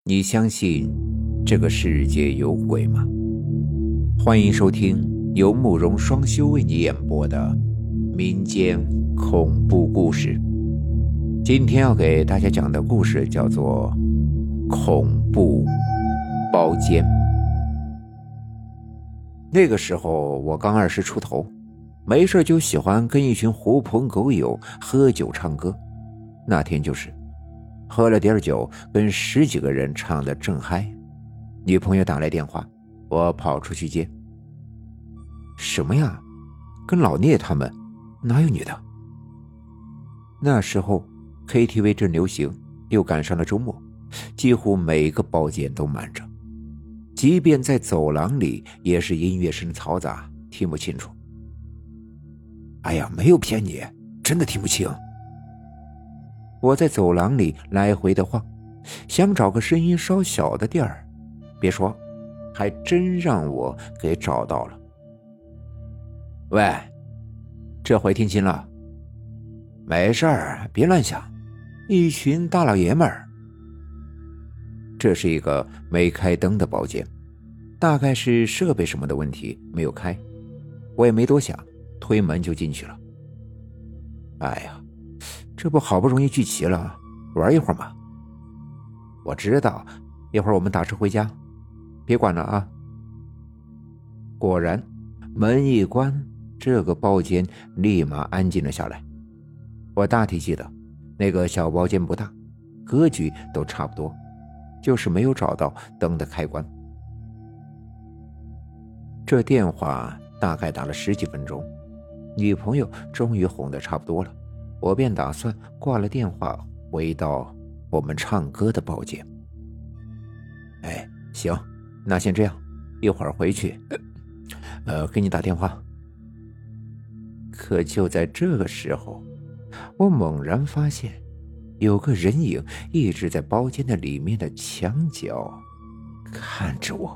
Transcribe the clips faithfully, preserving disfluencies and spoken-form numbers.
你相信这个世界有鬼吗？欢迎收听由慕容双修为你演播的民间恐怖故事。今天要给大家讲的故事叫做恐怖包间。那个时候我刚二十出头，没事就喜欢跟一群狐朋狗友喝酒唱歌。那天就是喝了点酒，跟十几个人唱得正嗨，女朋友打来电话，我跑出去接。什么呀？跟老聂他们哪有女的？那时候 K T V 正流行，又赶上了周末，几乎每个包间都满着，即便在走廊里也是音乐声嘈杂，听不清楚。哎呀，没有骗你，真的听不清。我在走廊里来回的晃，想找个声音稍小的地儿，别说，还真让我给找到了。喂，这回听清了？没事儿，别乱想，一群大老爷们儿。这是一个没开灯的包间，大概是设备什么的问题没有开，我也没多想，推门就进去了。哎呀，这不好不容易聚齐了，玩一会儿嘛。我知道，一会儿我们打车回家，别管了啊。果然，门一关，这个包间立马安静了下来。我大体记得，那个小包间不大，格局都差不多，就是没有找到灯的开关。这电话大概打了十几分钟，女朋友终于哄得差不多了，我便打算挂了电话回到我们唱歌的包间。哎，行，那先这样，一会儿回去呃给你打电话。可就在这个时候，我猛然发现有个人影一直在包间的里面的墙角看着我。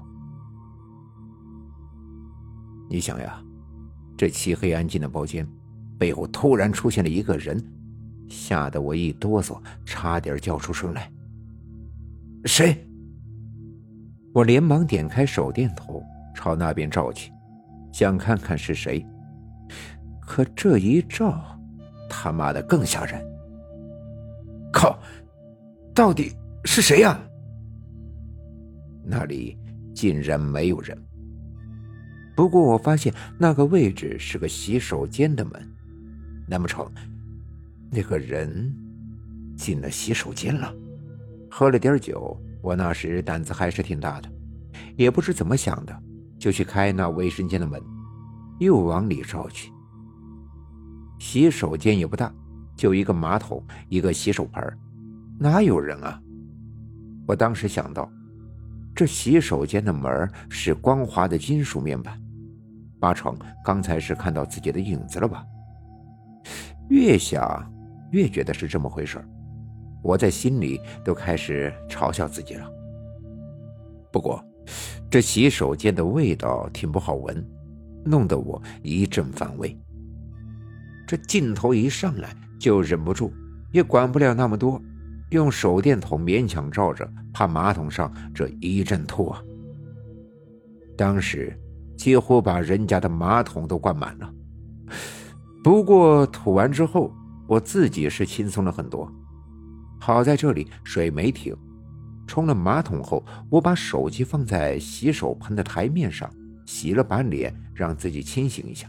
你想呀，这漆黑安静的包间背后突然出现了一个人，吓得我一哆嗦，差点叫出声来。谁？我连忙点开手电筒朝那边照去，想看看是谁。可这一照，他妈的更吓人。靠，到底是谁呀？那里竟然没有人。不过我发现那个位置是个洗手间的门，难不成那个人进了洗手间了？喝了点酒，我那时胆子还是挺大的，也不知怎么想的，就去开那卫生间的门，又往里照去。洗手间也不大，就一个马桶，一个洗手盆，哪有人啊？我当时想到，这洗手间的门是光滑的金属面板，八成刚才是看到自己的影子了吧。越想越觉得是这么回事，我在心里都开始嘲笑自己了。不过这洗手间的味道挺不好闻，弄得我一阵反胃。这劲头一上来就忍不住，也管不了那么多，用手电筒勉强照着，怕马桶上这一阵吐啊。当时几乎把人家的马桶都灌满了。不过吐完之后，我自己是轻松了很多。好在这里水没停，冲了马桶后，我把手机放在洗手盆的台面上，洗了把脸，让自己清醒一下。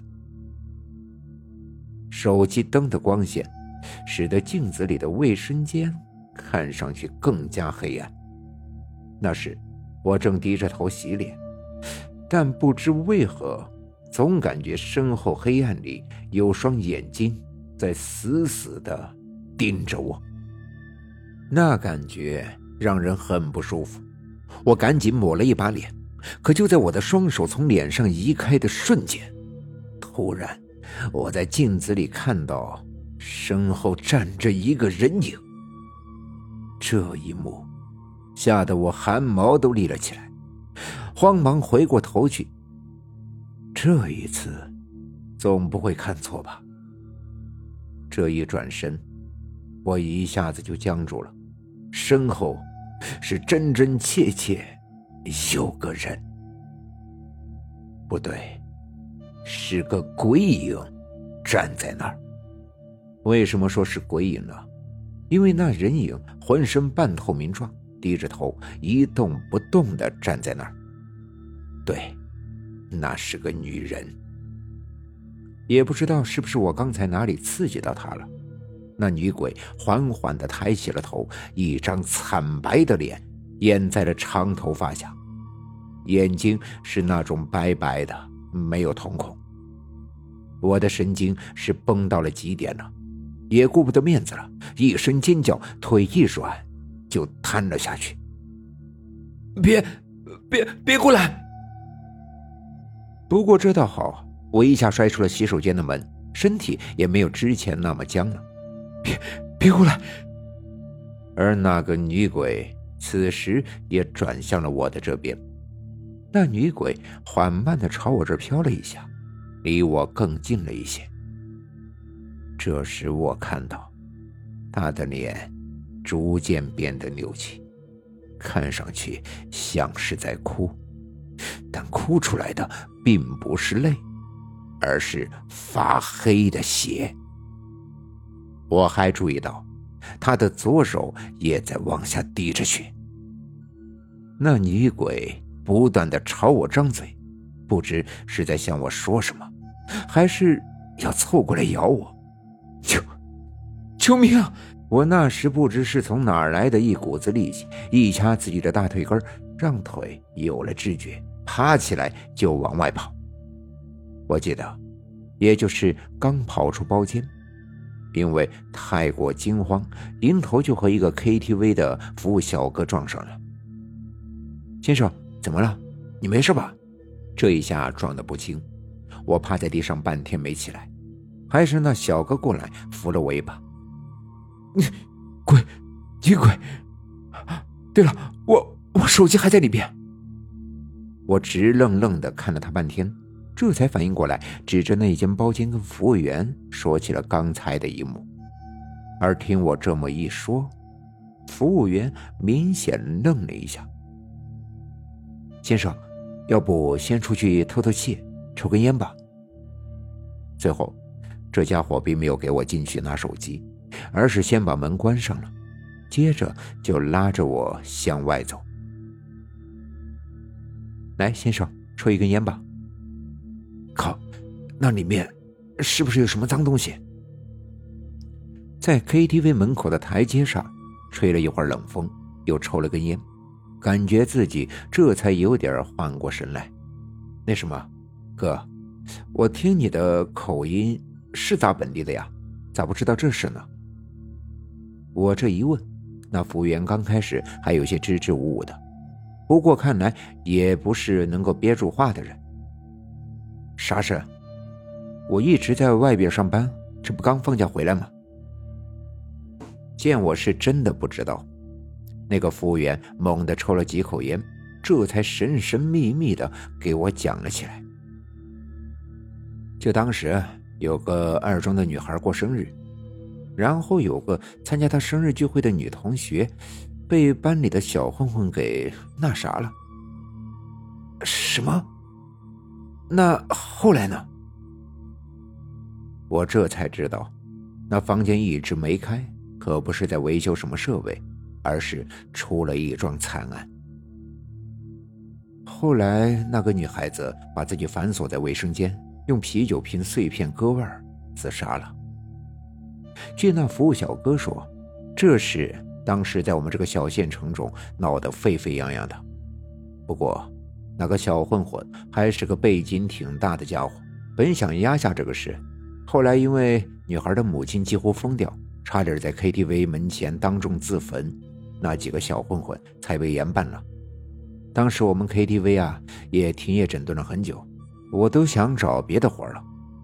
手机灯的光线使得镜子里的卫生间看上去更加黑暗。那时我正低着头洗脸，但不知为何总感觉身后黑暗里有双眼睛在死死地盯着我，那感觉让人很不舒服。我赶紧抹了一把脸，可就在我的双手从脸上移开的瞬间，突然我在镜子里看到身后站着一个人影。这一幕吓得我汗毛都立了起来，慌忙回过头去。这一次总不会看错吧？这一转身，我一下子就僵住了，身后是真真切切有个人，不对，是个鬼影站在那儿。为什么说是鬼影呢？因为那人影浑身半透明状，低着头一动不动地站在那儿。对，那是个女人。也不知道是不是我刚才哪里刺激到她了，那女鬼缓缓地抬起了头，一张惨白的脸掩在了长头发下，眼睛是那种白白的，没有瞳孔。我的神经是绷到了极点了，也顾不得面子了，一声尖叫，腿一软就瘫了下去。别别别过来！不过这倒好，我一下摔出了洗手间的门，身体也没有之前那么僵了。别别过来！而那个女鬼此时也转向了我的这边，那女鬼缓慢地朝我这飘了一下，离我更近了一些。这时我看到她的脸逐渐变得扭曲，看上去像是在哭，但哭出来的并不是泪，而是发黑的血。我还注意到她的左手也在往下滴着血。那女鬼不断地朝我张嘴，不知是在向我说什么，还是要凑过来咬我。救救命啊！我那时不知是从哪儿来的一股子力气，一掐自己的大腿根，让腿有了知觉，爬起来就往外跑。我记得也就是刚跑出包间，因为太过惊慌，迎头就和一个 K T V 的服务小哥撞上了。先生，怎么了？你没事吧？这一下撞得不轻，我趴在地上半天没起来，还是那小哥过来扶了我一把。鬼，女鬼！对了，我我手机还在里边。我直愣愣地看了他半天，这才反应过来，指着那间包间跟服务员说起了刚才的一幕。而听我这么一说，服务员明显愣了一下。先生，要不先出去透透气，抽根烟吧。最后这家伙并没有给我进去拿手机，而是先把门关上了，接着就拉着我向外走。来，先生，抽一根烟吧。靠，那里面是不是有什么脏东西？在 K T V 门口的台阶上吹了一会儿冷风，又抽了根烟，感觉自己这才有点缓过神来。那什么，哥，我听你的口音是咋本地的呀？咋不知道这事呢？我这一问，那服务员刚开始还有些支支吾吾的，不过看来也不是能够憋住话的人。啥事？我一直在外边上班，这不刚放假回来吗？见我是真的不知道，那个服务员猛地抽了几口烟，这才神神秘秘的给我讲了起来。就当时有个二中的女孩过生日，然后有个参加她生日聚会的女同学被班里的小混混给那啥了。什么？那后来呢？我这才知道，那房间一直没开，可不是在维修什么设备，而是出了一桩惨案。后来那个女孩子把自己反锁在卫生间，用啤酒瓶碎片割腕自杀了。据那服务小哥说，这事当时在我们这个小县城中闹得沸沸扬扬的。不过那个小混混还是个背筋挺大的家伙，本想压下这个事，后来因为女孩的母亲几乎疯掉，差点在 K T V 门前当众自焚，那几个小混混才被严办了。当时我们 K T V 啊也停业整顿了很久，我都想找别的活了。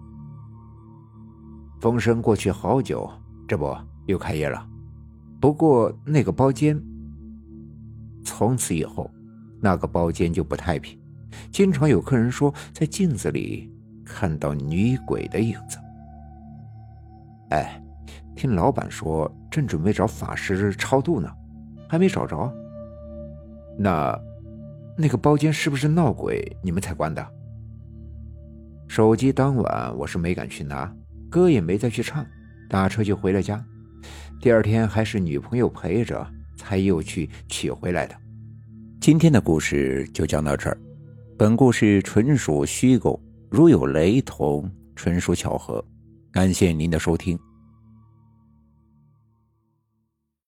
风声过去好久，这不又开业了。不过那个包间，从此以后那个包间就不太平，经常有客人说在镜子里看到女鬼的影子。哎，听老板说正准备找法师超度呢，还没找着， 那那个包间是不是闹鬼你们才关的？手机当晚我是没敢去拿，歌也没再去唱，打车就回了家。第二天还是女朋友陪着，才又去取回来的。 今天的故事就讲到这儿，本故事纯属虚构，如有雷同，纯属巧合。感谢您的收听。